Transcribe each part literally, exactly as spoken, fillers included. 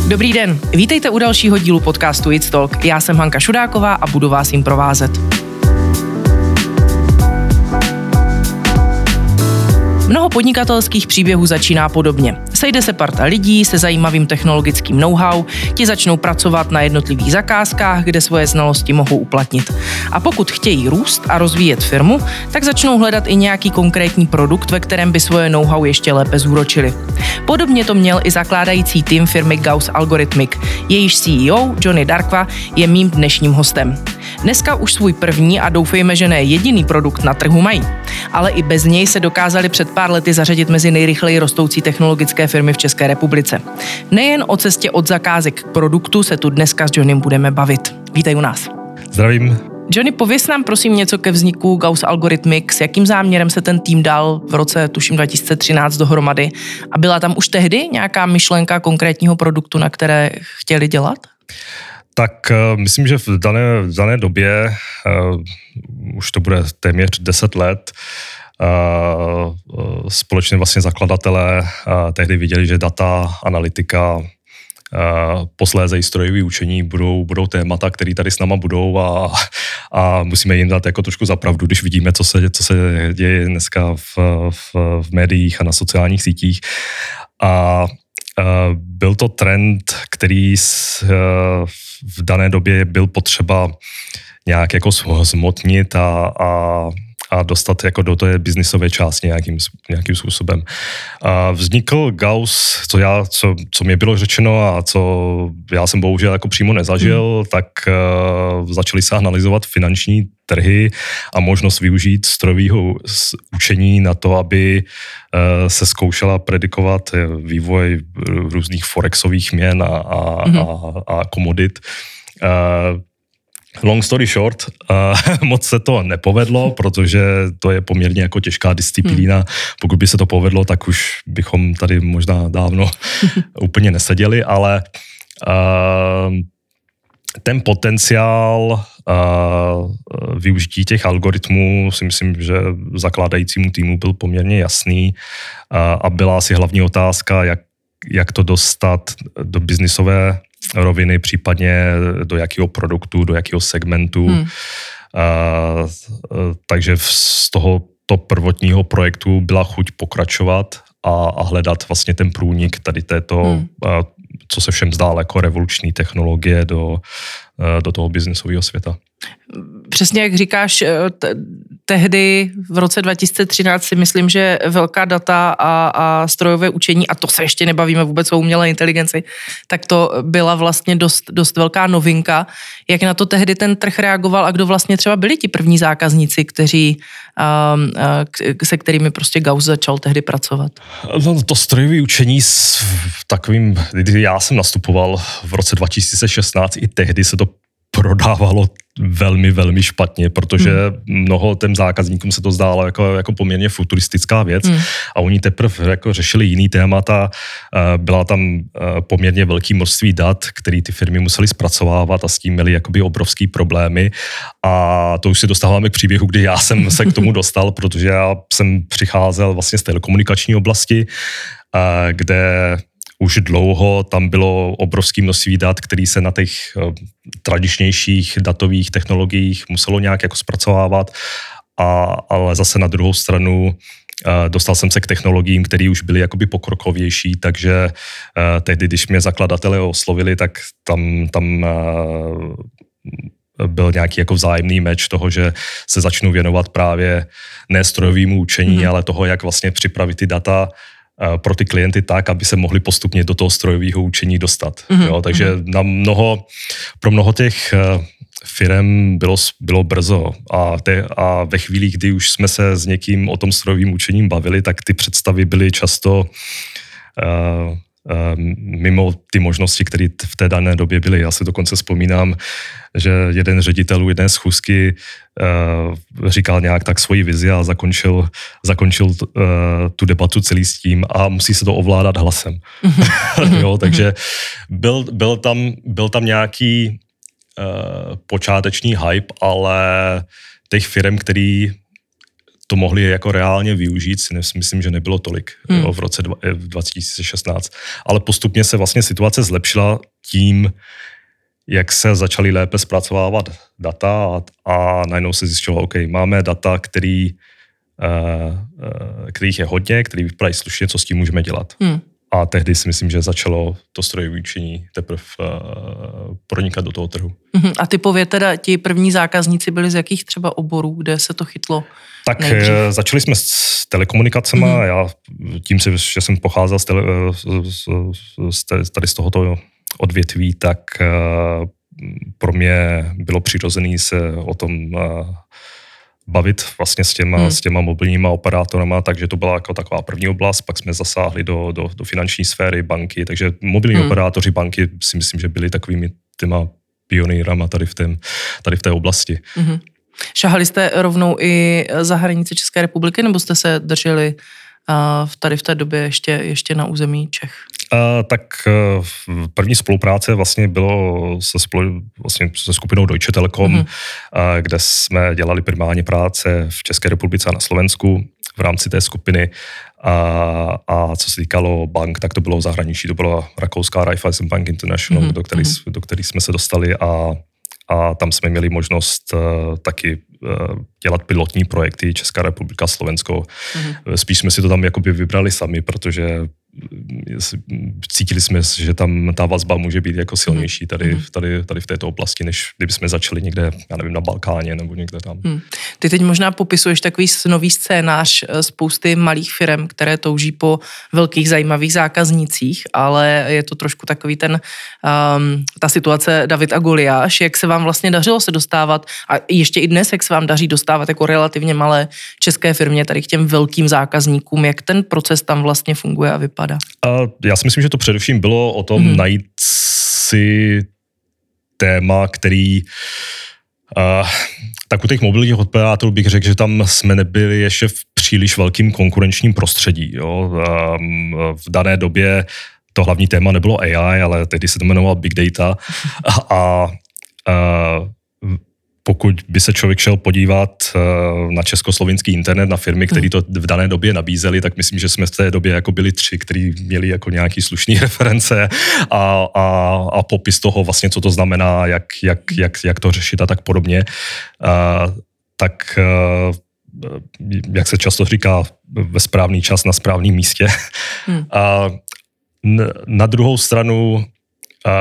Dobrý den, vítejte u dalšího dílu podcastu It's Talk. Já jsem Hanka Šudáková a budu vás jim provázet. Mnoho podnikatelských příběhů začíná podobně. Sejde se parta lidí se zajímavým technologickým know-how, ti začnou pracovat na jednotlivých zakázkách, kde svoje znalosti mohou uplatnit. A pokud chtějí růst a rozvíjet firmu, tak začnou hledat i nějaký konkrétní produkt, ve kterém by svoje know-how ještě lépe zúročili. Podobně to měl i zakládající tým firmy Gauss Algorithmic. Jejíž C E O Johnny Darkwa je mým dnešním hostem. Dneska už svůj první a doufejme, že ne jediný produkt na trhu mají. Ale i bez něj se dokázali před pár lety zařadit mezi nejrychleji rostoucí technologické firmy v České republice. Nejen o cestě od zakázek k produktu se tu dneska s Johnnym budeme bavit. Vítej u nás. Zdravím. Johnny, pověz nám prosím něco ke vzniku Gauss Algorithmic, s jakým záměrem se ten tým dal v roce, tuším dva tisíce třináct dohromady. A byla tam už tehdy nějaká myšlenka konkrétního produktu, na které chtěli dělat? Tak uh, myslím, že v dané, v dané době, uh, už to bude téměř deset let, uh, uh, společně vlastně zakladatelé uh, tehdy viděli, že data, analytika, uh, posléze i strojové učení budou, budou témata, které tady s náma budou a, a musíme jim dát jako trošku za pravdu, když vidíme, co se, co se děje dneska v, v, v médiích a na sociálních sítích. A Uh, byl to trend, který s, uh, v dané době byl potřeba nějak jako zmotnit a, a, a dostat jako do té biznisové části nějakým, nějakým způsobem. Uh, vznikl Gauss, co, já, co, co mě bylo řečeno a co já jsem bohužel jako přímo nezažil, hmm. tak uh, začaly se analyzovat finanční trhy a možnost využít strojového učení na to, aby se zkoušela predikovat vývoj různých forexových měn a, a, mm-hmm. a, a komodit. Uh, long story short, uh, moc se to nepovedlo, protože to je poměrně jako těžká disciplína. Mm. Pokud by se to povedlo, tak už bychom tady možná dávno úplně neseděli, ale uh, ten potenciál uh, využití těch algoritmů si myslím, že zakládajícímu týmu byl poměrně jasný uh, a byla asi hlavní otázka, jak, jak to dostat do biznisové roviny, případně do jakého produktu, do jakého segmentu. Hmm. Uh, uh, takže z tohoto prvotního projektu byla chuť pokračovat a, a hledat vlastně ten průnik tady této hmm. uh, co se všem zdálo jako revoluční technologie do, do toho biznesového světa. Přesně jak říkáš, t- tehdy v roce dva tisíce třináct si myslím, že velká data a, a strojové učení, a to se ještě nebavíme vůbec o umělé inteligenci, tak to byla vlastně dost, dost velká novinka. Jak na to tehdy ten trh reagoval a kdo vlastně třeba byli ti první zákazníci, kteří, um, se kterými prostě Gauss začal tehdy pracovat? No, to strojové učení s takovým, kdy já jsem nastupoval v roce dva tisíce šestnáct, i tehdy se to prodávalo velmi, velmi špatně, protože hmm. mnoho těm zákazníkům se to zdálo jako, jako poměrně futuristická věc hmm. a oni teprve jako řešili jiný témata. Byla tam poměrně velké množství dat, které ty firmy musely zpracovávat a s tím měli jakoby obrovský problémy a to už se dostáváme k příběhu, kdy já jsem se k tomu dostal, protože já jsem přicházel vlastně z telekomunikační oblasti, kde už dlouho tam bylo obrovské množství dat, které se na těch uh, tradičnějších datových technologiích muselo nějak jako zpracovávat, a, ale zase na druhou stranu uh, dostal jsem se k technologiím, které už byly jakoby pokrokovější, takže uh, tehdy, když mě zakladatelé oslovili, tak tam, tam uh, byl nějaký jako vzájemný meč toho, že se začnu věnovat právě ne strojovému učení, mm-hmm. ale toho, jak vlastně připravit ty data pro ty klienty tak, aby se mohli postupně do toho strojového učení dostat. Mm-hmm. Jo, takže na mnoho, pro mnoho těch firem bylo, bylo brzo a, te, a ve chvíli, kdy už jsme se s někým o tom strojovým učením bavili, tak ty představy byly často uh, uh, mimo ty možnosti, které v té dané době byly. Já si dokonce vzpomínám, že jeden ředitelů jedné schůzky uh, říkal nějak tak svoji vizi a zakončil, zakončil uh, tu debatu celý s tím a musí se to ovládat hlasem. Jo, takže byl, byl, tam, byl tam nějaký uh, počáteční hype, ale těch firm, který to mohli jako reálně využít, si myslím, že nebylo tolik hmm. jo, v roce dva tisíce šestnáct. Ale postupně se vlastně situace zlepšila tím, jak se začaly lépe zpracovávat data a, a najednou se zjistilo, OK, máme data, který, uh, uh, kterých je hodně, který vypadají slušně, co s tím můžeme dělat. Hmm. A tehdy si myslím, že začalo to strojové učení teprve uh, pronikat do toho trhu. Uh-huh. A typově teda ti první zákazníci byli z jakých třeba oborů, kde se to chytlo? Tak nejdřív? Začali jsme s telekomunikacemi. Uh-huh. Já tím, že jsem pocházel z, tele, z, z, z, tady z tohoto odvětví, tak uh, pro mě bylo přirozené se o tom uh, bavit vlastně s těma, hmm. s těma mobilníma operátorama, takže to byla jako taková první oblast, pak jsme zasáhli do, do, do finanční sféry, banky, takže mobilní hmm. operátoři banky si myslím, že byli takovými těma pionýrama tady v, tém, tady v té oblasti. Hmm. Šahali jste rovnou i za hranice České republiky, nebo jste se drželi uh, tady v té době ještě, ještě na území Čech? Uh, tak uh, první spolupráce vlastně bylo se, spolu, vlastně se skupinou Deutsche Telekom, mm. uh, kde jsme dělali primárně práce v České republice a na Slovensku v rámci té skupiny. A, a co se týkalo bank, tak to bylo v zahraničí, to byla rakouská Raiffeisen Bank International, mm. do které mm. do který jsme se dostali a, a tam jsme měli možnost uh, taky uh, dělat pilotní projekty Česká republika, Slovensko. Mm. Spíš jsme si to tam jakoby vybrali sami, protože cítili jsme, že tam ta vazba může být jako silnější tady, tady, tady v této oblasti, než kdyby jsme začali někde, já nevím, na Balkáně nebo někde tam. Hmm. Ty teď možná popisuješ takový nový scénář spousty malých firm, které touží po velkých zajímavých zákaznících, ale je to trošku takový ten, um, ta situace David a Goliáš, jak se vám vlastně dařilo se dostávat a ještě i dnes, jak se vám daří dostávat jako relativně malé české firmě tady k těm velkým zákazníkům, jak ten proces tam vlastně funguje a vypadá? A já si myslím, že to především bylo o tom mm. najít si téma, který uh, tak u těch mobilních operátorů bych řekl, že tam jsme nebyli ještě v příliš velkým konkurenčním prostředí. Jo. Um, v dané době to hlavní téma nebylo A I, ale tehdy se to jmenovalo Big Data a, a uh, pokud by se člověk šel podívat na československý internet, na firmy, které to v dané době nabízely, tak myslím, že jsme v té době jako byli tři, kteří měli jako nějaký slušný reference a, a, a popis toho vlastně, co to znamená, jak, jak, jak, jak to řešit a tak podobně. A, tak jak se často říká, ve správný čas na správném místě. Hmm. A na druhou stranu a,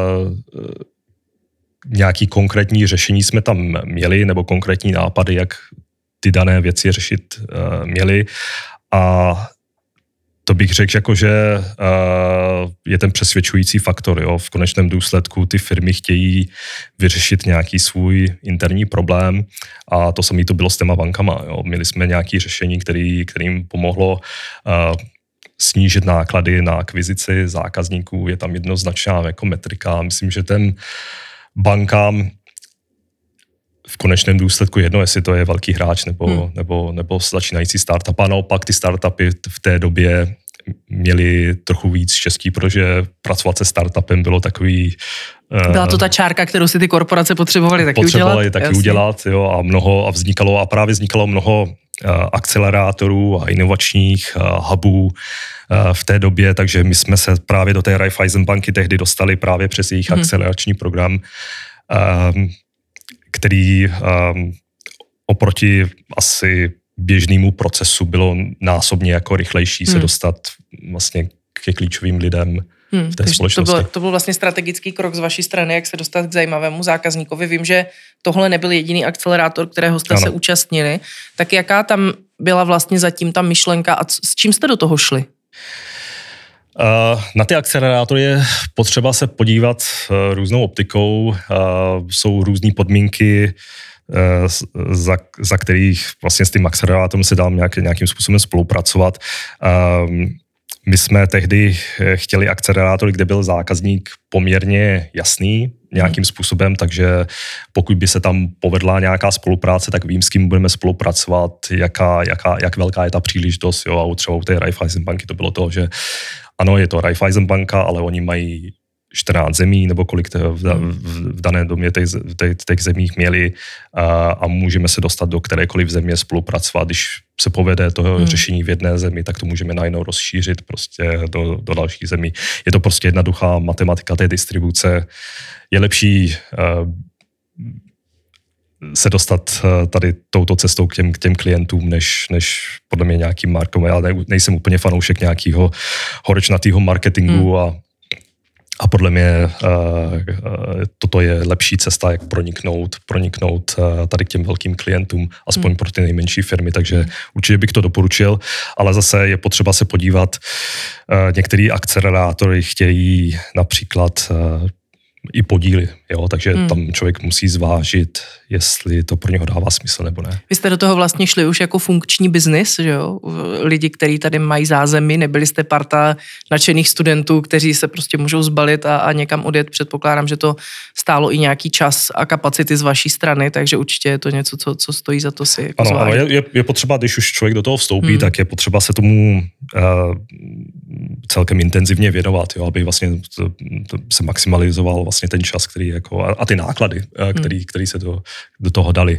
nějaký konkrétní řešení jsme tam měli, nebo konkrétní nápady, jak ty dané věci řešit uh, měli. A to bych řekl, jako, že uh, je ten přesvědčující faktor. Jo? V konečném důsledku ty firmy chtějí vyřešit nějaký svůj interní problém a to samé to bylo s těma bankama. Jo? Měli jsme nějaké řešení, který, kterým pomohlo uh, snížit náklady na akvizici zákazníků. Je tam jednoznačná jako metrika. Myslím, že ten bankám v konečném důsledku jedno, jestli to je velký hráč nebo, hmm. nebo, nebo začínající startup. A naopak ty startupy v té době měli trochu víc štěstí, protože pracovat se startupem bylo takový... Byla to ta čárka, kterou si ty korporace potřebovaly taky udělat? Potřebovaly taky Jasně. udělat, jo, a mnoho, a vznikalo, a právě vznikalo mnoho uh, akcelerátorů a inovačních uh, hubů uh, v té době, takže my jsme se právě do té Raiffeisen banky tehdy dostali právě přes jejich hmm. akcelerační program, um, který um, oproti asi běžnému procesu bylo násobně jako rychlejší hmm. se dostat vlastně ke klíčovým lidem hmm, v té společnosti. To byl, to byl vlastně strategický krok z vaší strany, jak se dostat k zajímavému zákazníkovi. Vím, že tohle nebyl jediný akcelerátor, kterého jste ano. se účastnili. Tak jaká tam byla vlastně zatím ta myšlenka a s čím jste do toho šli? Uh, na ty akcelerátory je potřeba se podívat uh, různou optikou. Uh, jsou různé podmínky, uh, za, za kterých vlastně s tím akcelerátorem se dá nějaký, nějakým způsobem spolupracovat. Uh, My jsme tehdy chtěli akcelerátor, kde byl zákazník poměrně jasný nějakým způsobem, takže pokud by se tam povedla nějaká spolupráce, tak vím, s kým budeme spolupracovat, jaká, jaká, jak velká je ta příležitost. Jo, a třeba u té Raiffeisen banky to bylo to, že ano, je to Raiffeisen banka, ale oni mají čtrnáct zemí, nebo kolik to v, v, v dané domě těch, těch, těch zemích měli a, a můžeme se dostat do kterékoliv země spolupracovat. Když se povede toho hmm. řešení v jedné zemi, tak to můžeme najednou rozšířit prostě do, do dalších zemí. Je to prostě jednoduchá matematika té distribuce. Je lepší uh, se dostat tady touto cestou k těm, k těm klientům, než, než podle mě nějaký marketing. Já ne, nejsem úplně fanoušek nějakého horečnatého marketingu hmm. a, a podle mě uh, uh, toto je lepší cesta, jak proniknout, proniknout uh, tady k těm velkým klientům, aspoň hmm. pro ty nejmenší firmy, takže určitě bych to doporučil, ale zase je potřeba se podívat, uh, některý akcelerátory chtějí například uh, i podíly, jo, takže hmm. tam člověk musí zvážit, jestli to pro něho dává smysl nebo ne. Vy jste do toho vlastně šli už jako funkční biznis, že jo? Lidi, kteří tady mají zázemí, nebyli jste parta nadšených studentů, kteří se prostě můžou zbalit a, a někam odjet. Předpokládám, že to stálo i nějaký čas a kapacity z vaší strany, takže určitě je to něco, co, co stojí za to si jako ano, ano, je, je potřeba, když už člověk do toho vstoupí, hmm. tak je potřeba se tomu uh, celkem intenzivně věnovat, jo, aby vlastně to, to se maximalizoval vlastně ten čas, který jako, a, a ty náklady, který, hmm. který se do, do toho dali.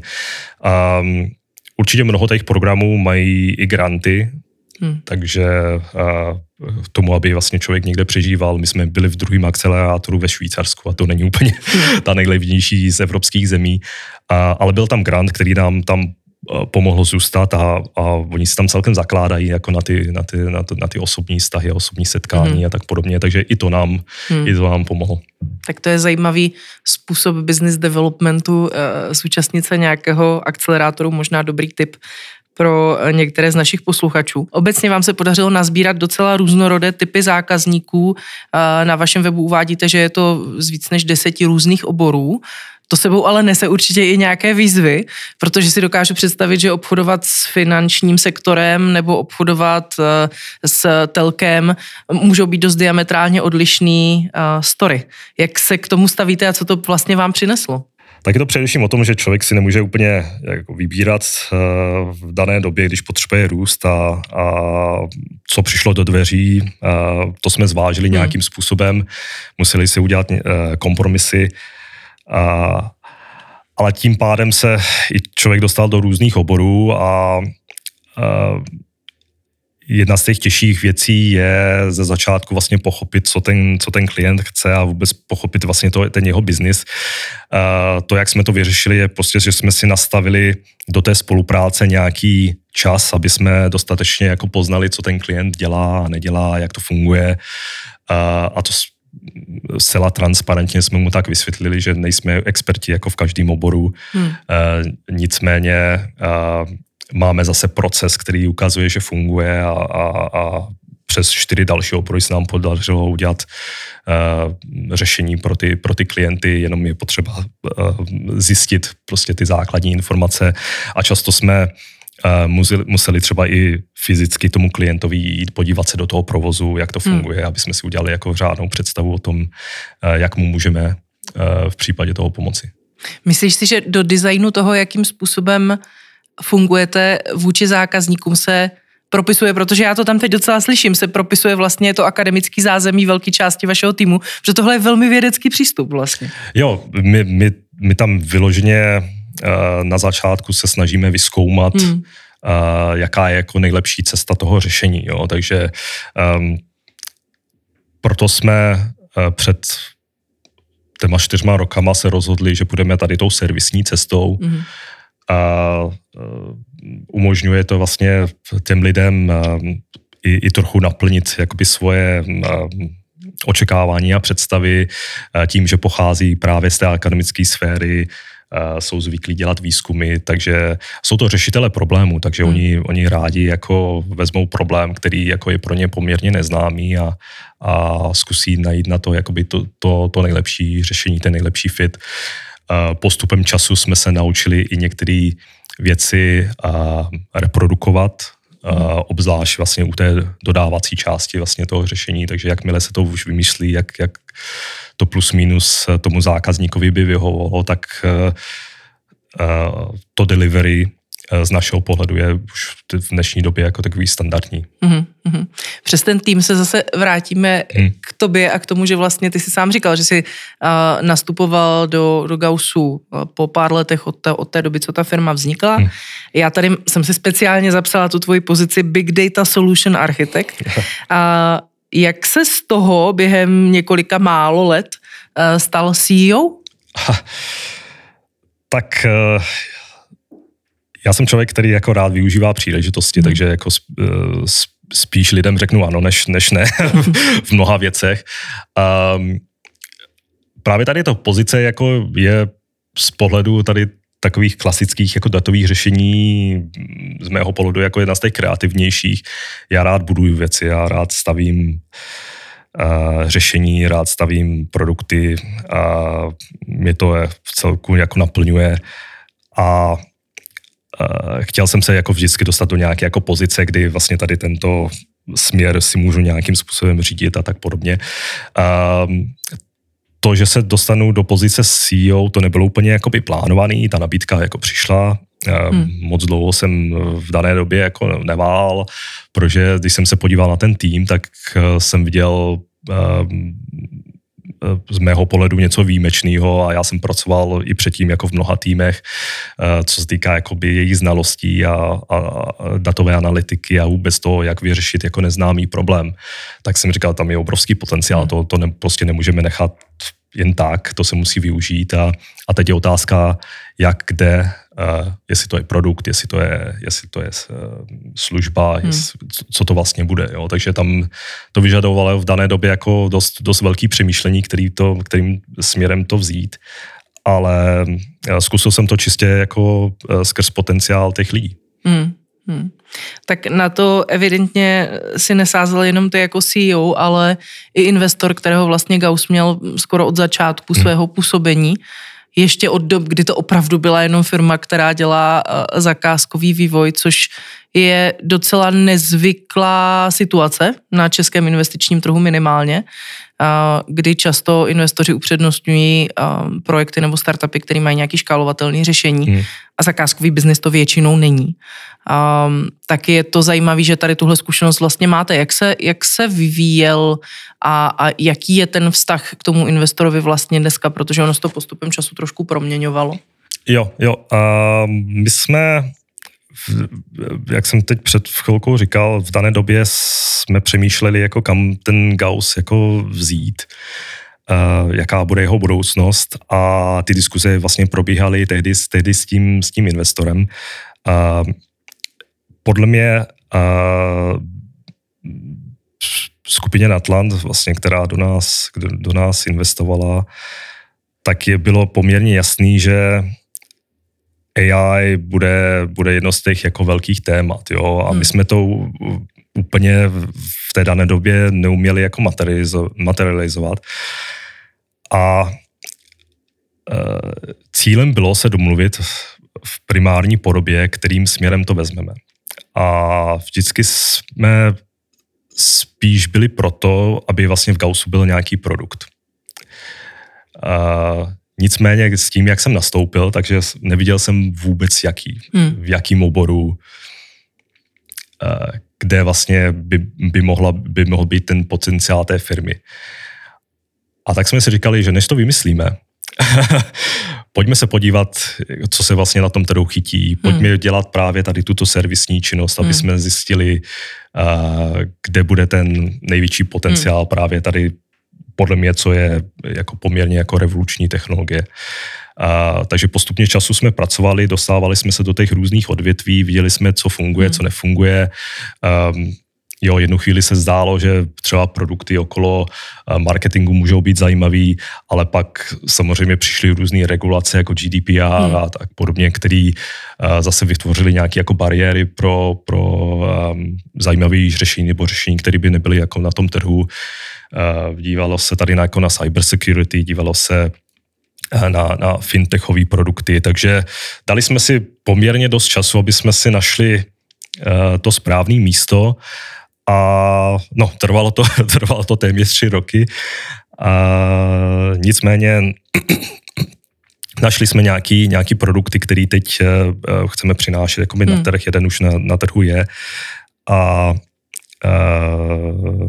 Um, určitě mnoho těch programů mají i granty, hmm. takže uh, k tomu, aby vlastně člověk někde přežíval, my jsme byli v druhém akcelerátoru ve Švýcarsku a to není úplně hmm. ta nejlevnější z evropských zemí, uh, ale byl tam grant, který nám tam pomohlo zůstat a, a oni si tam celkem zakládají jako na ty, na ty, na ty, na ty osobní vztahy, osobní setkání mm. a tak podobně, takže i to nám, mm. i to nám pomohlo. Tak to je zajímavý způsob business developmentu, zúčastnit se nějakého akcelerátoru, možná dobrý tip pro některé z našich posluchačů. Obecně vám se podařilo nazbírat docela různorodé typy zákazníků. Na vašem webu uvádíte, že je to z víc než deseti různých oborů. To sebou ale nese určitě i nějaké výzvy, protože si dokážu představit, že obchodovat s finančním sektorem nebo obchodovat s telkem můžou být dost diametrálně odlišný story. Jak se k tomu stavíte a co to vlastně vám přineslo? Tak je to především o tom, že člověk si nemůže úplně jako vybírat v dané době, když potřebuje růst a, a co přišlo do dveří, to jsme zvážili hmm. nějakým způsobem, museli si udělat kompromisy, a, ale tím pádem se i člověk dostal do různých oborů a, a jedna z těch těžších věcí je ze začátku vlastně pochopit, co ten, co ten klient chce a vůbec pochopit vlastně to, ten jeho biznis. To, jak jsme to vyřešili, je prostě, že jsme si nastavili do té spolupráce nějaký čas, aby jsme dostatečně jako poznali, co ten klient dělá a nedělá, jak to funguje. A to zcela transparentně jsme mu tak vysvětlili, že nejsme experti jako v každém oboru. Hmm. Nicméně máme zase proces, který ukazuje, že funguje a, a, a přes čtyři další obory se nám podařilo udělat uh, řešení pro ty, pro ty klienty, jenom je potřeba uh, zjistit prostě ty základní informace a často jsme uh, museli, museli třeba i fyzicky tomu klientovi jít, podívat se do toho provozu, jak to funguje, hmm. aby jsme si udělali jako řádnou představu o tom, uh, jak mu můžeme uh, v případě toho pomoci. Myslíš si, že do designu toho, jakým způsobem fungujete vůči zákazníkům, se propisuje, protože já to tam teď docela slyším, se propisuje vlastně to akademický zázemí velké části vašeho týmu, protože tohle je velmi vědecký přístup vlastně. Jo, my, my, my tam vyloženě uh, na začátku se snažíme vyzkoumat, hmm. uh, jaká je jako nejlepší cesta toho řešení, jo, takže um, proto jsme uh, před těma čtyřma rokama se rozhodli, že půjdeme tady tou servisní cestou, hmm. a umožňuje to vlastně těm lidem i, i trochu naplnit jakoby svoje očekávání a představy tím, že pochází právě z té akademické sféry, jsou zvyklí dělat výzkumy, takže jsou to řešitele problémů, takže hmm. oni, oni rádi jako vezmou problém, který jako je pro ně poměrně neznámý a, a zkusí najít na to jakoby to, to, to nejlepší řešení, ten nejlepší fit. Postupem času jsme se naučili i některé věci uh, reprodukovat, uh, obzvlášť vlastně u té dodávací části vlastně toho řešení, takže jakmile se to už vymyslí, jak, jak to plus minus tomu zákazníkovi by vyhovovalo, tak uh, uh, to delivery z našeho pohledu je už v dnešní době jako takový standardní. Mm-hmm. Přes ten tým se zase vrátíme hmm. k tobě a k tomu, že vlastně ty jsi sám říkal, že jsi uh, nastupoval do, do Gaussu uh, po pár letech od té, od té doby, co ta firma vznikla. Hmm. Já tady jsem si speciálně zapsala tu tvoji pozici Big Data Solution Architect. A uh, jak se z toho během několika málo let uh, stal C E O? Ha, tak... Uh... Já jsem člověk, který jako rád využívá příležitosti, hmm. takže jako spíš lidem řeknu ano, než, než ne v mnoha věcech. Um, právě tady to pozice jako je z pohledu tady takových klasických jako datových řešení z mého pohledu jako jedna z těch kreativnějších. Já rád buduju věci, já rád stavím uh, řešení, rád stavím produkty a mě to v celku jako naplňuje a chtěl jsem se jako vždycky dostat do nějaké jako pozice, kdy vlastně tady tento směr si můžu nějakým způsobem řídit a tak podobně. To, že se dostanu do pozice C E O, to nebylo úplně jakoby plánovaný, ta nabídka jako přišla. Hmm. Moc dlouho jsem v dané době jako nevál, protože když jsem se podíval na ten tým, tak jsem viděl z mého pohledu něco výjimečného a já jsem pracoval i předtím jako v mnoha týmech, co se týká jakoby jejich znalostí a, a, a datové analytiky a vůbec toho, jak vyřešit jako neznámý problém. Tak jsem říkal, tam je obrovský potenciál, hmm. to, to ne, prostě nemůžeme nechat jen tak, to se musí využít a, a teď je otázka, jak, kde, uh, jestli to je produkt, jestli to je, jestli to je uh, služba, hmm. jestli, co to vlastně bude. Jo? Takže tam to vyžadovalo v dané době jako dost, dost velký přemýšlení, který to, kterým směrem to vzít, ale uh, zkusil jsem to čistě jako uh, skrz potenciál těch lidí. Hmm. Hmm. Tak na to evidentně si nesázel jenom ty jako C E O, ale i investor, kterého vlastně Gauss měl skoro od začátku hmm. svého působení, ještě od dob, kdy to opravdu byla jenom firma, která dělá zakázkový vývoj, což je docela nezvyklá situace na českém investičním trhu minimálně, kdy často investoři upřednostňují projekty nebo startupy, které mají nějaké škálovatelné řešení hmm. a zakázkový biznis to většinou není. Um, tak je to zajímavé, že tady tuhle zkušenost vlastně máte. Jak se, jak se vyvíjel a, a jaký je ten vztah k tomu investorovi vlastně dneska, protože ono se to postupem času trošku proměňovalo? Jo, jo. Uh, my jsme, jak jsem teď před chvilkou říkal, v dané době jsme přemýšleli, jako kam ten Gauss jako vzít, uh, jaká bude jeho budoucnost a ty diskuze vlastně probíhaly tehdy, tehdy s, tím, s tím investorem. Uh, Podle mě uh, skupině Natland, vlastně, která do nás, do nás investovala, tak je bylo poměrně jasný, že A I bude, bude jedno z těch jako velkých témat. Jo? A hmm. my jsme to úplně v té dané době neuměli jako materializovat. A uh, cílem bylo se domluvit v primární podobě, kterým směrem to vezmeme. A vždycky jsme spíš byli proto, aby vlastně v Gaussu byl nějaký produkt. Uh, nicméně s tím, jak jsem nastoupil, takže neviděl jsem vůbec jaký, hmm. v jakým oboru, uh, kde vlastně by, by, mohla, by mohl být ten potenciál té firmy. A tak jsme si říkali, že než to vymyslíme, pojďme se podívat, co se vlastně na tom trhu chytí. Pojďme hmm. dělat právě tady tuto servisní činnost, aby hmm. jsme zjistili, uh, kde bude ten největší potenciál hmm. právě tady, podle mě, co je jako poměrně jako revoluční technologie. Uh, takže postupně času jsme pracovali, dostávali jsme se do těch různých odvětví, viděli jsme, co funguje, hmm. co nefunguje. Um, Jo, jednu chvíli se zdálo, že třeba produkty okolo marketingu můžou být zajímavý, ale pak samozřejmě přišly různé regulace jako G D P R hmm. a tak podobně, které zase vytvořily nějaké jako bariéry pro, pro um, zajímavé řešení nebo řešení, které by nebyly jako na tom trhu. Uh, dívalo se tady na, jako na cybersecurity, dívalo se na, na fintechové produkty, takže dali jsme si poměrně dost času, aby jsme si našli uh, to správné místo. A no, trvalo to, trvalo to téměř tři roky. A nicméně našli jsme nějaký, nějaký produkty, který teď uh, chceme přinášet jakoby hmm. na trh, jeden už na, na trhu je. A uh,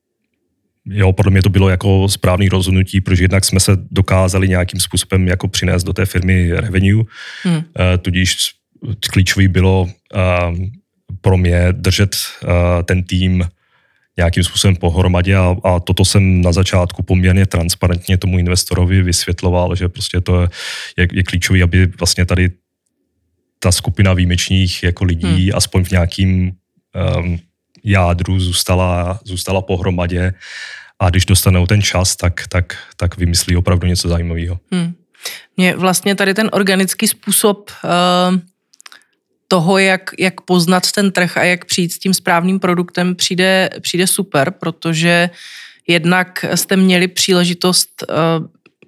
jo, podle mě to bylo jako správný rozhodnutí, protože jednak jsme se dokázali nějakým způsobem jako přinést do té firmy revenue, hmm. uh, tudíž klíčový bylo uh, pro mě držet uh, ten tým nějakým způsobem pohromadě a, a toto jsem na začátku poměrně transparentně tomu investorovi vysvětloval, že prostě to je, je klíčový, aby vlastně tady ta skupina výjimečných jako lidí hmm. aspoň v nějakým um, jádru zůstala, zůstala pohromadě a když dostanou ten čas, tak, tak, tak vymyslí opravdu něco zajímavého. Hmm. Mně vlastně tady ten organický způsob uh... toho, jak, jak poznat ten trh a jak přijít s tím správným produktem, přijde, přijde super, protože jednak jste měli příležitost uh,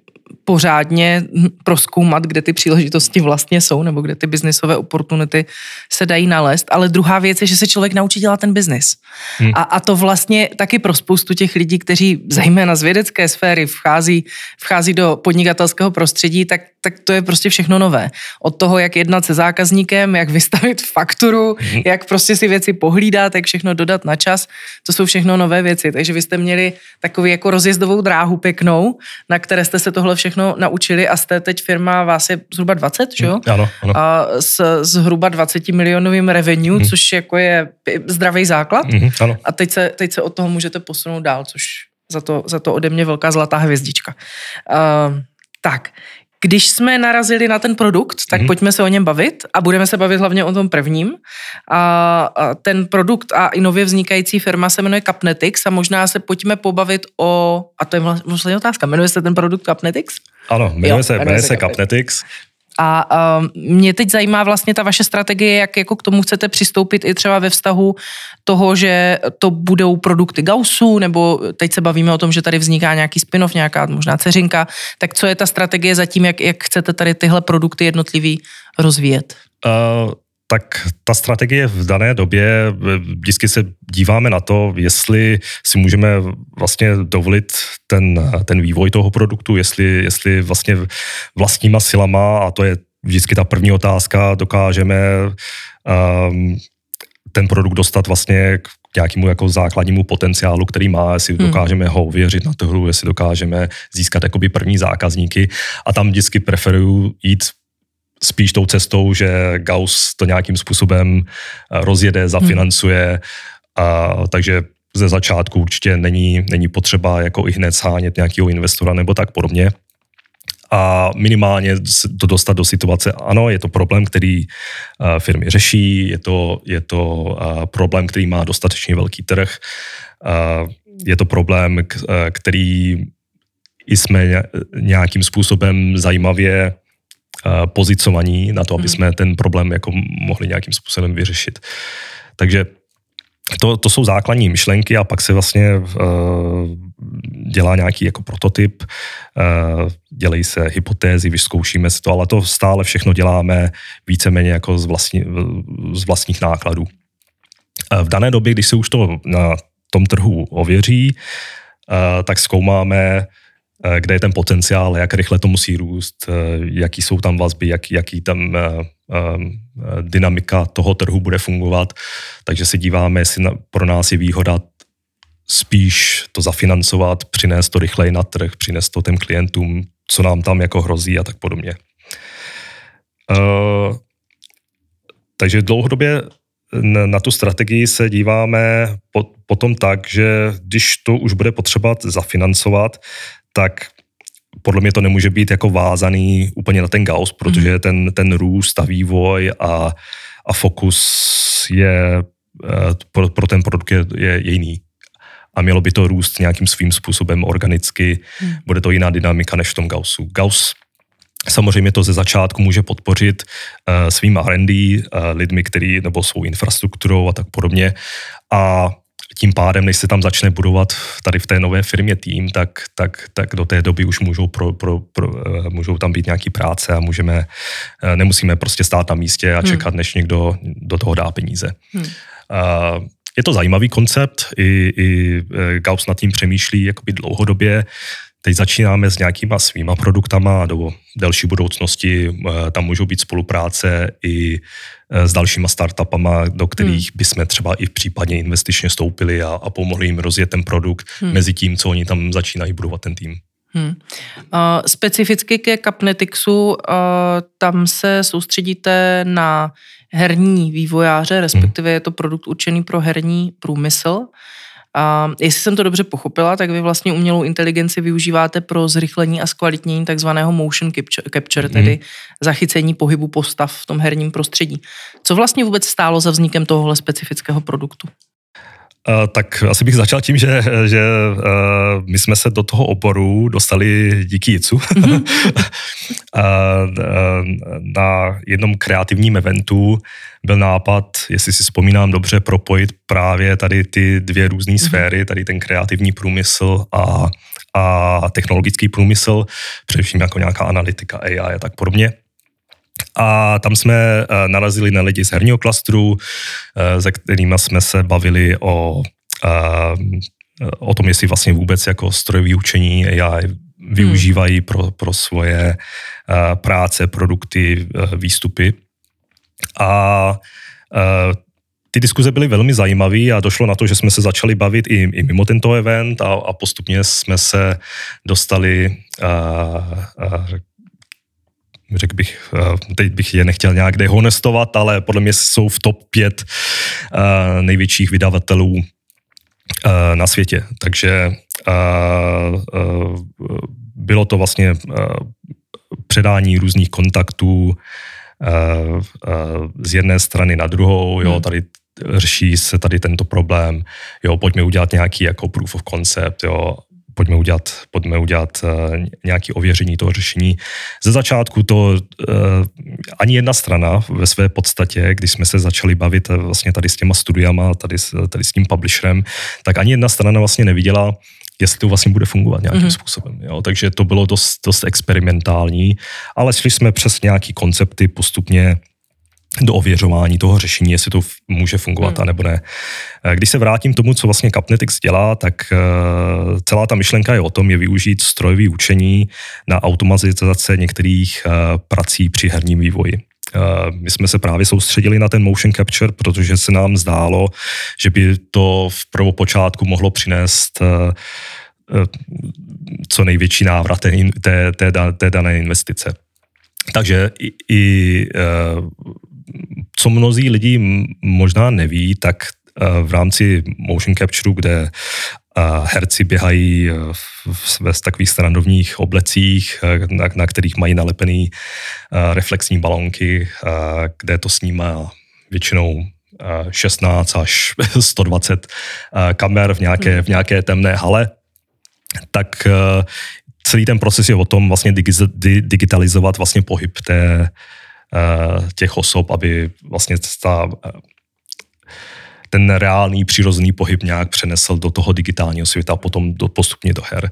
pořádně prozkoumat, kde ty příležitosti vlastně jsou, nebo kde ty biznisové oportunity se dají nalézt, ale druhá věc je, že se člověk naučí dělat ten biznis. Hmm. A, a to vlastně taky pro spoustu těch lidí, kteří zejména z vědecké sféry vchází, vchází do podnikatelského prostředí, tak, tak to je prostě všechno nové. Od toho, jak jednat se zákazníkem, jak vystavit fakturu, hmm. jak prostě si věci pohlídat, jak všechno dodat na čas, to jsou všechno nové věci. Takže vy jste měli takový jako rozjezdovou dráhu pěknou, na které jste se tohle všechno naučili a jste teď firma, vás je zhruba dvacet, že jo? Ano, ano. A s zhruba dvacet milionovým revenue, mm. což jako je zdravý základ. Mm, ano. A teď se, teď se od toho můžete posunout dál, což za to, za to ode mě velká zlatá hvězdička. Uh, tak, když jsme narazili na ten produkt, tak mm. pojďme se o něm bavit a budeme se bavit hlavně o tom prvním. A, a ten produkt a i nově vznikající firma se jmenuje Capnetics a možná se pojďme pobavit o, a to je vlastně otázka, jmenuje se ten produkt Capnetics? Ano, jmenuje jo, se, jmenuje jmenuje se Capnetics. A um, mě teď zajímá vlastně ta vaše strategie, jak jako k tomu chcete přistoupit i třeba ve vztahu toho, že to budou produkty Gaussu, nebo teď se bavíme o tom, že tady vzniká nějaký spin-off, nějaká možná dceřinka, tak co je ta strategie zatím, jak, jak chcete tady tyhle produkty jednotlivý rozvíjet? Uh... Tak ta strategie v dané době, vždycky se díváme na to, jestli si můžeme vlastně dovolit ten, ten vývoj toho produktu, jestli, jestli vlastně vlastníma silama, a to je vždycky ta první otázka, dokážeme um, ten produkt dostat vlastně k nějakému jako základnímu potenciálu, který má, jestli hmm. dokážeme ho ověřit na trhu, jestli dokážeme získat jakoby první zákazníky a tam vždycky preferuju jít spíš tou cestou, že Gauss to nějakým způsobem rozjede, zafinancuje, hmm. a, takže ze začátku určitě není, není potřeba jako i hned sánět nějakého investora nebo tak podobně. A minimálně to dostat do situace, ano, je to problém, který uh, firmy řeší, je to, je to uh, problém, který má dostatečně velký trh, uh, je to problém, k, uh, který i jsme nějakým způsobem zajímavě pozicovaní na to, aby jsme ten problém jako mohli nějakým způsobem vyřešit. Takže to, to jsou základní myšlenky a pak se vlastně uh, dělá nějaký jako prototyp, uh, dělají se hypotézy, vyzkoušíme si to, ale to stále všechno děláme víceméně jako z, vlastní, z vlastních nákladů. Uh, v dané době, když se už to na tom trhu ověří, uh, tak zkoumáme, kde je ten potenciál, jak rychle to musí růst, jaký jsou tam vazby, jak, jaký tam dynamika toho trhu bude fungovat. Takže se díváme, jestli pro nás je výhoda spíš to zafinancovat, přinést to rychleji na trh, přinést to těm klientům, co nám tam jako hrozí a tak podobně. Takže dlouhodobě na tu strategii se díváme potom tak, že když to už bude potřeba zafinancovat, tak podle mě to nemůže být jako vázaný úplně na ten Gauss, protože ten, ten růst a vývoj a, a fokus je pro, pro ten produkt je, je jiný. A mělo by to růst nějakým svým způsobem organicky, hmm. bude to jiná dynamika než v tom Gaussu. Gauss samozřejmě to ze začátku může podpořit uh, svým R and D, uh, lidmi, který, nebo svou infrastrukturou a tak podobně. A tím pádem, než se tam začne budovat tady v té nové firmě tým, tak, tak, tak do té doby už můžou, pro, pro, pro, uh, můžou tam být nějaký práce a můžeme, uh, nemusíme prostě stát na místě a čekat, hmm. než někdo do toho dá peníze. Hmm. Uh, je to zajímavý koncept, i, i Gauss nad tím přemýšlí jakoby dlouhodobě. teď začínáme s nějakýma svýma produktama, do delší budoucnosti tam můžou být spolupráce i s dalšíma startupama, do kterých hmm. bychom třeba i případně investičně vstoupili a, a pomohli jim rozjet ten produkt hmm. mezi tím, co oni tam začínají budovat ten tým. Hmm. Uh, specificky ke Capnetixu, uh, tam se soustředíte na herní vývojáře, respektive je to produkt určený pro herní průmysl. A jestli jsem to dobře pochopila, tak vy vlastně umělou inteligenci využíváte pro zrychlení a zkvalitnění takzvaného motion capture, tedy mm. zachycení pohybu postav v tom herním prostředí. Co vlastně vůbec stálo za vznikem tohohle specifického produktu? Uh, tak asi bych začal tím, že, že uh, my jsme se do toho oboru dostali díky Jitsu. Mm-hmm. uh, na jednom kreativním eventu byl nápad, jestli si vzpomínám dobře, propojit právě tady ty dvě různé mm-hmm. sféry, tady ten kreativní průmysl a, a technologický průmysl, především jako nějaká analytika, A I a tak podobně. A tam jsme narazili na lidi z herního klastru, se kterými jsme se bavili o, o tom, jestli vlastně vůbec jako strojové učení A I využívají pro, pro svoje práce, produkty, výstupy. A ty diskuze byly velmi zajímavé a došlo na to, že jsme se začali bavit i, i mimo tento event a, a postupně jsme se dostali a, a, řekl bych, teď bych je nechtěl nějak dehonestovat, ale podle mě jsou v top pět největších vydavatelů na světě. Takže bylo to vlastně předání různých kontaktů z jedné strany na druhou, jo, tady řeší se tady tento problém, jo, pojďme udělat nějaký jako proof of concept, jo, pojďme udělat, pojďme udělat uh, nějaké ověření toho řešení. Ze začátku to uh, ani jedna strana ve své podstatě, když jsme se začali bavit vlastně tady s těma studiama, tady, tady s tím publisherem, tak ani jedna strana vlastně neviděla, jestli to vlastně bude fungovat nějakým mm-hmm. způsobem. Jo? Takže to bylo dost, dost experimentální, ale šli jsme přes nějaký koncepty postupně do ověřování toho řešení, jestli to může fungovat, hmm. anebo ne. Když se vrátím k tomu, co vlastně Capnetix dělá, tak uh, celá ta myšlenka je o tom, je využít strojové učení na automatizace některých uh, prací při herním vývoji. Uh, my jsme se právě soustředili na ten motion capture, protože se nám zdálo, že by to v prvopočátku mohlo přinést uh, uh, co největší návrat té, té, té, té dané investice. Takže i, i uh, co mnozí lidi možná neví, tak v rámci motion capture, kde herci běhají ve takových srandovních oblecích, na, na kterých mají nalepený reflexní balonky, kde to snímá většinou šestnáct až sto dvacet kamer v nějaké, v nějaké temné hale, tak celý ten proces je o tom vlastně digitalizovat vlastně pohyb té těch osob, aby vlastně ta, ten reálný přirozený pohyb nějak přenesl do toho digitálního světa a potom do, postupně do her.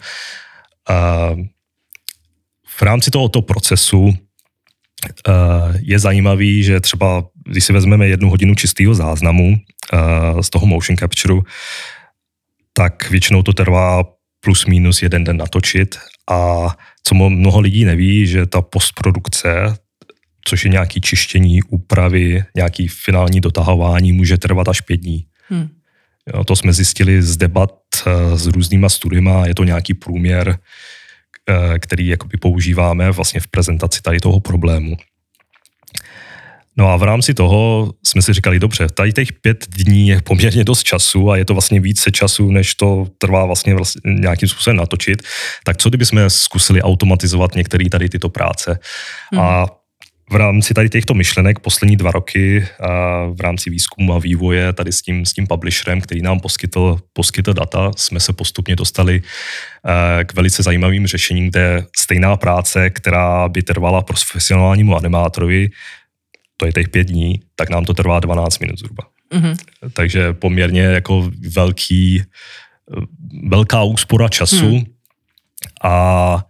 V rámci tohoto procesu je zajímavý, že třeba, když si vezmeme jednu hodinu čistého záznamu z toho motion capture, tak většinou to trvá plus minus jeden den natočit a co mnoho lidí neví, že ta postprodukce, což je nějaké čištění, úpravy, nějaké finální dotahování, může trvat až pět dní. Hmm. Jo, to jsme zjistili z debat s různýma studiema, je to nějaký průměr, který jakoby používáme vlastně v prezentaci tady toho problému. No a v rámci toho jsme si říkali, dobře, tady těch pět dní je poměrně dost času a je to vlastně více času, než to trvá vlastně, vlastně nějakým způsobem natočit, tak co kdyby jsme zkusili automatizovat některé tady tyto práce. Hmm. A v rámci tady těchto myšlenek poslední dva roky v rámci výzkumu a vývoje tady s tím, s tím publisherem, který nám poskytl, poskytl data, jsme se postupně dostali k velice zajímavým řešením, kde stejná práce, která by trvala profesionálnímu animátorovi, to je těch pět dní, tak nám to trvá dvanáct minut zhruba. Mm-hmm. Takže poměrně jako velký, velká úspora času mm. a, a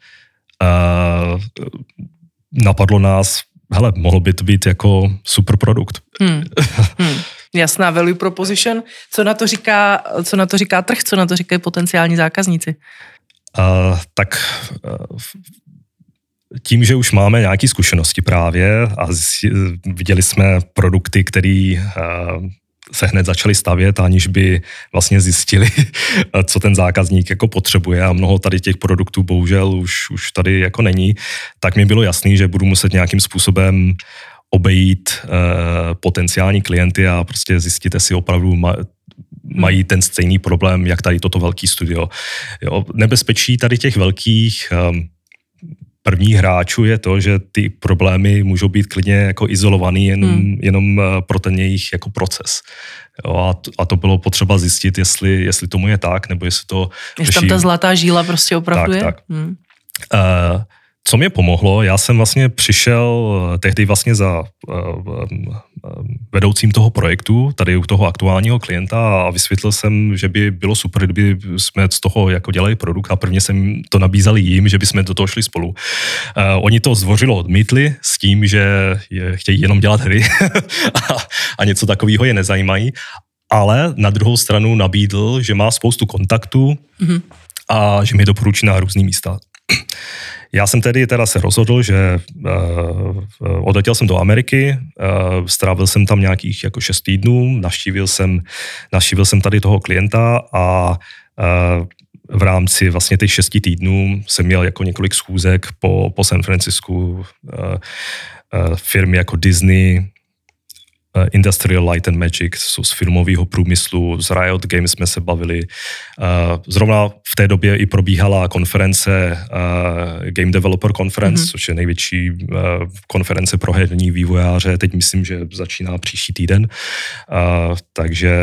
napadlo nás, hele, mohlo by to být jako super produkt. Hmm. Hmm. Jasná value proposition. Co na to říká, co na to říká trh, co na to říkají potenciální zákazníci? Uh, tak uh, tím, že už máme nějaké zkušenosti právě a viděli jsme produkty, které uh, se hned začali stavět, aniž by vlastně zjistili, co ten zákazník jako potřebuje, a mnoho tady těch produktů bohužel už, už tady jako není, tak mi bylo jasný, že budu muset nějakým způsobem obejít uh, potenciální klienty a prostě zjistit, jestli opravdu ma, mají ten stejný problém, jak tady toto velký studio. Jo, nebezpečí tady těch velkých um, prvních hráčů je to, že ty problémy můžou být klidně jako izolovaný jenom, hmm. jenom pro ten jejich jako proces. Jo, a, to, a to bylo potřeba zjistit, jestli, jestli tomu je tak, nebo jestli to... Jestli tam ta zlatá žíla prostě opravdu tak, je? Tak. Hmm. Uh, co mě pomohlo, já jsem vlastně přišel tehdy vlastně za uh, um, vedoucím toho projektu, tady u toho aktuálního klienta, a vysvětlil jsem, že by bylo super, kdyby jsme z toho jako dělali produkt, a prvně jsem to nabízali jim, že by jsme do toho šli spolu. Uh, oni to zdvořilo odmítli s tím, že je, chtějí jenom dělat hry a, a něco takového je nezajímají, ale na druhou stranu nabídl, že má spoustu kontaktů mm-hmm. a že mi doporučí na různý místa. Já jsem tedy teda se rozhodl, že uh, odletěl jsem do Ameriky, uh, strávil jsem tam nějakých jako šest týdnů, navštívil jsem, navštívil jsem tady toho klienta a uh, v rámci vlastně těch šesti týdnů jsem měl jako několik schůzek po, po San Francisku, uh, uh, firmy jako Disney, Industrial Light and Magic, z filmového průmyslu, z Riot Games jsme se bavili. Zrovna v té době i probíhala konference Game Developer Conference, mm-hmm. což je největší konference pro herní vývojáře. Teď myslím, že začíná příští týden. Takže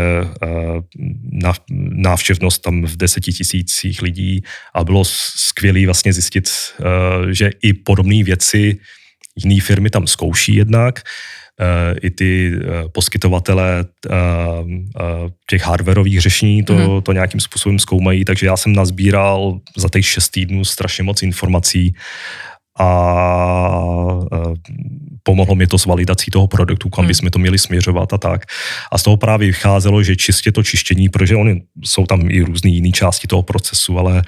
návštěvnost tam v desetitisících lidí, a bylo skvělé vlastně zjistit, že i podobné věci jiné firmy tam zkouší jednak, i ty poskytovatele těch hardwarových řešení to, mm. to nějakým způsobem zkoumají, takže já jsem nazbíral za těch šest týdnů strašně moc informací a pomohlo mi to s validací toho produktu, kam mm. bychom to měli směřovat a tak. A z toho právě vycházelo, že čistě to čištění, protože oni jsou tam i různý jiný části toho procesu, ale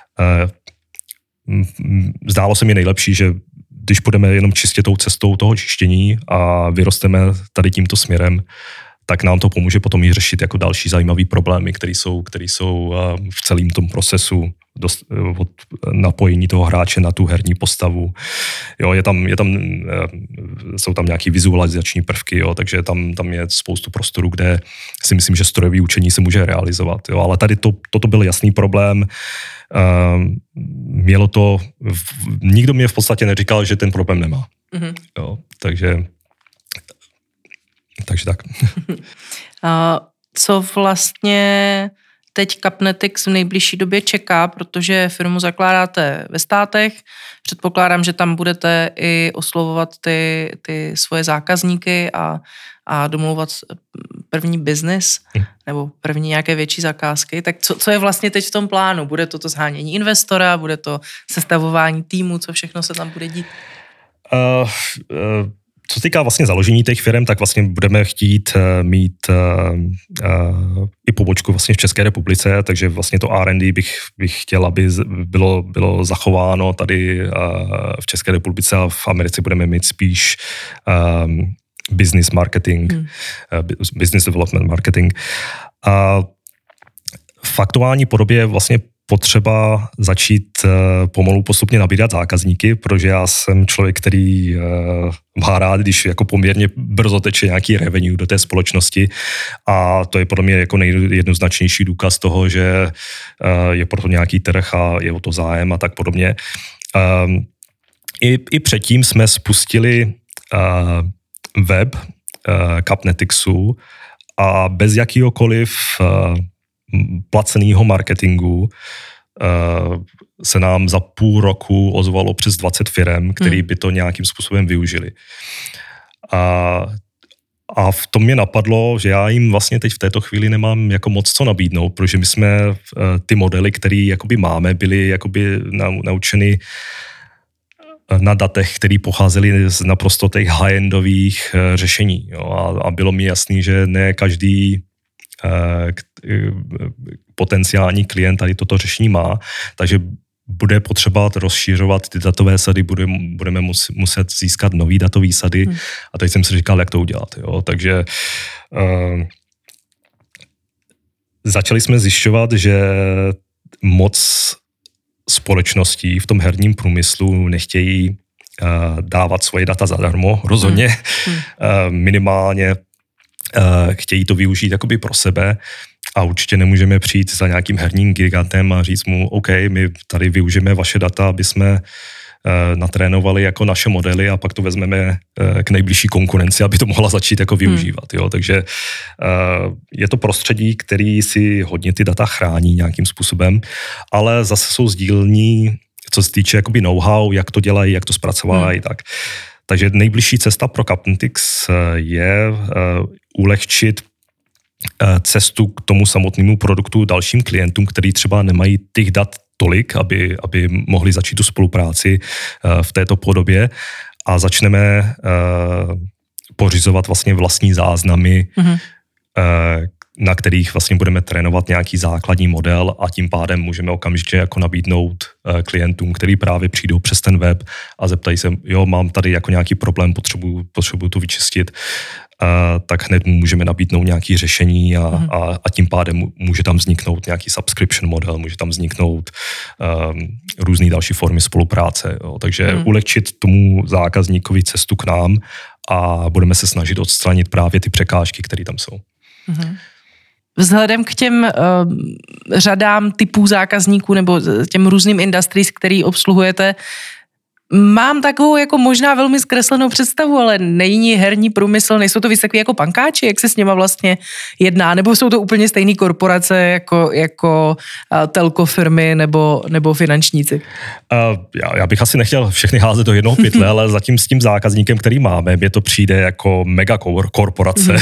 zdálo se mi nejlepší, že když půjdeme jenom čistě tou cestou toho čištění a vyrosteme tady tímto směrem, tak nám to pomůže potom i řešit jako další zajímavé problémy, které jsou, které jsou v celém tom procesu dost, od napojení toho hráče na tu herní postavu. Jo, je tam, je tam, jsou tam nějaké vizualizační prvky, jo, takže tam, tam je spoustu prostoru, kde si myslím, že strojové učení se může realizovat. Jo, ale tady to, toto byl jasný problém. Uh, mělo to, v, nikdo mě v podstatě neříkal, že ten problém nemá. Mm-hmm. Jo, takže, takže tak. A co vlastně teď Capnetics v nejbližší době čeká, protože firmu zakládáte ve státech, předpokládám, že tam budete i oslovovat ty, ty svoje zákazníky a, a domlouvat první biznis hmm. nebo první nějaké větší zakázky, tak co, co je vlastně teď v tom plánu? Bude to to zhánění investora, bude to sestavování týmu, co všechno se tam bude dít? Uh, uh... Co se týká vlastně založení těch firm, tak vlastně budeme chtít uh, mít uh, uh, i pobočku vlastně v České republice, takže vlastně to R and D bych, bych chtěl, aby bylo, bylo zachováno tady uh, v České republice, a v Americe budeme mít spíš um, business marketing, hmm. uh, business development marketing. A v aktuální podobě vlastně potřeba začít uh, pomalu postupně nabírat zákazníky, protože já jsem člověk, který uh, má rád, když jako poměrně brzo teče nějaký revenue do té společnosti, a to je podle mě jako nejjednoznačnější důkaz toho, že uh, je proto nějaký trh a je o to zájem a tak podobně. Um, i, I předtím jsme spustili uh, web uh, Capneticsu a bez jakýhokoliv uh, placeného marketingu se nám za půl roku ozvalo přes dvacet firem, který by to nějakým způsobem využili. A, a v tom mě napadlo, že já jim vlastně teď v této chvíli nemám jako moc co nabídnout, protože my jsme ty modely, které jakoby máme, byly jakoby naučeny na datech, které pocházely z naprosto těch high-endových řešení. Jo. A, a bylo mi jasný, že ne každý potenciální klient tady toto řešení má, takže bude potřeba rozšířovat ty datové sady, bude, budeme muset získat nový datový sady hmm. a teď jsem si říkal, jak to udělat. Jo? Takže uh, začali jsme zjišťovat, že moc společností v tom herním průmyslu nechtějí uh, dávat svoje data zadarmo, rozhodně. Hmm. Uh, minimálně uh, chtějí to využít jakoby pro sebe a určitě nemůžeme přijít za nějakým herním gigantem a říct mu, OK, my tady využijeme vaše data, aby jsme uh, natrénovali jako naše modely a pak to vezmeme uh, k nejbližší konkurenci, aby to mohla začít jako využívat. Hmm. Jo? Takže uh, je to prostředí, který si hodně ty data chrání nějakým způsobem, ale zase jsou sdílní, co se týče jakoby know-how, jak to dělají, jak to zpracovávají, hmm. tak. Takže nejbližší cesta pro Capnetics je uh, ulehčit uh, cestu k tomu samotnému produktu dalším klientům, který třeba nemají těch dat tolik, aby, aby mohli začít tu spolupráci uh, v této podobě a začneme uh, pořizovat vlastně vlastní záznamy, hmm. uh, na kterých vlastně budeme trénovat nějaký základní model a tím pádem můžeme okamžitě jako nabídnout uh, klientům, který právě přijdou přes ten web a zeptají se, jo, mám tady jako nějaký problém, potřebuju, potřebuju to vyčistit, uh, tak hned můžeme nabídnout nějaké řešení a, mm. a, a tím pádem může tam vzniknout nějaký subscription model, může tam vzniknout um, různé další formy spolupráce. Jo. Takže mm. ulehčit tomu zákazníkovi cestu k nám a budeme se snažit odstranit právě ty překážky, které tam jsou. Mm. Vzhledem k těm uh, řadám typů zákazníků nebo těm různým industries, který obsluhujete, mám takovou jako možná velmi zkreslenou představu, ale není herní průmysl, nejsou to víc takový jako pankáči, jak se s nima vlastně jedná, nebo jsou to úplně stejné korporace jako, jako uh, telko firmy nebo, nebo finančníci? Uh, já, já bych asi nechtěl všechny házet do jednoho pytle, ale zatím s tím zákazníkem, který máme, mě to přijde jako mega korporace.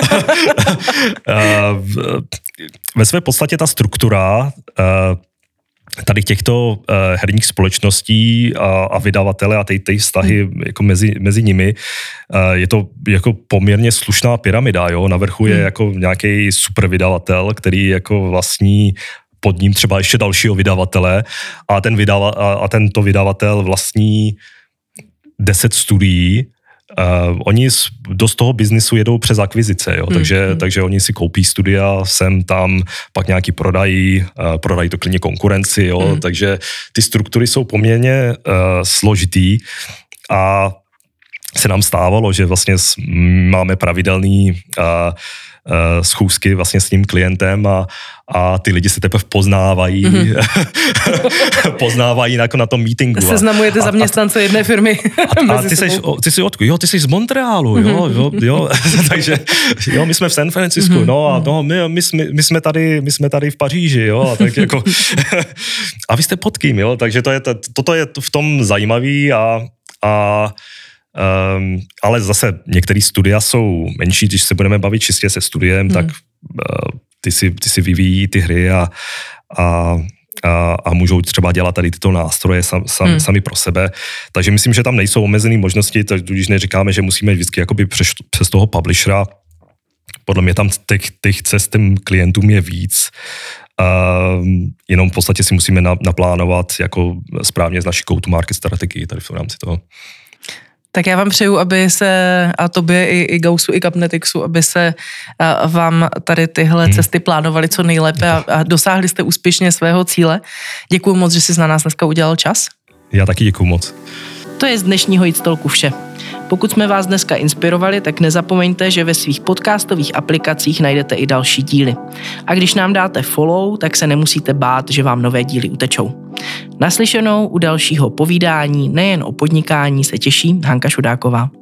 uh, ve své podstatě ta struktura uh, tady těchto uh, herních společností a, a vydavatele a ty vztahy hmm. jako mezi, mezi nimi, uh, je to jako poměrně slušná pyramida, jo, na vrchu je hmm. jako nějaký super vydavatel, který jako vlastní pod ním třeba ještě dalšího vydavatele a, ten vydava, a, a tento vydavatel vlastní deset studií. Uh, oni z, dost toho biznisu jedou přes akvizice, jo? Hmm. Takže, hmm. takže oni si koupí studia, sem tam, pak nějaký prodají, uh, prodají to klidně konkurenci, jo? Hmm. Takže ty struktury jsou poměrně uh, složitý a se nám stávalo, že vlastně máme pravidelný uh, uh, schůzky vlastně s tím klientem a, a ty lidi se teprve poznávají, mm-hmm. poznávají jako na tom meetingu. Seznamujete zaměstnance jedné firmy. A, a ty jsi, ty jsi odkud? Jo, ty jsi z Montrealu, jo, jo, jo. Takže jo, my jsme v San Francisku, mm-hmm. no a no, my, my, jsme, my, jsme tady, my jsme tady v Paříži, jo, a tak jako a vy jste pod kým, jo, takže to je, to, toto je v tom zajímavý a, a Um, ale zase některé studia jsou menší, když se budeme bavit čistě se studiem, hmm. tak uh, ty, si, ty si vyvíjí ty hry a, a, a, a můžou třeba dělat tady tyto nástroje sam, sam, hmm. sami pro sebe. Takže myslím, že tam nejsou omezené možnosti, když neříkáme, že musíme vždycky jakoby přes, přes toho publishera. Podle mě tam těch, těch cest těm klientům je víc. Uh, jenom v podstatě si musíme na, naplánovat jako správně z naší go-to-market strategii tady v rámci toho. Tak já vám přeju, aby se, a tobě i, i Gaussu, i Capnetixu, aby se a, vám tady tyhle hmm. cesty plánovaly co nejlépe a, a dosáhli jste úspěšně svého cíle. Děkuju moc, že jsi na nás dneska udělal čas. Já taky děkuju moc. To je z dnešního Jít Talku vše. Pokud jsme vás dneska inspirovali, tak nezapomeňte, že ve svých podcastových aplikacích najdete i další díly. A když nám dáte follow, tak se nemusíte bát, že vám nové díly utečou. Naslyšenou u dalšího povídání nejen o podnikání se těší Hanka Šudáková.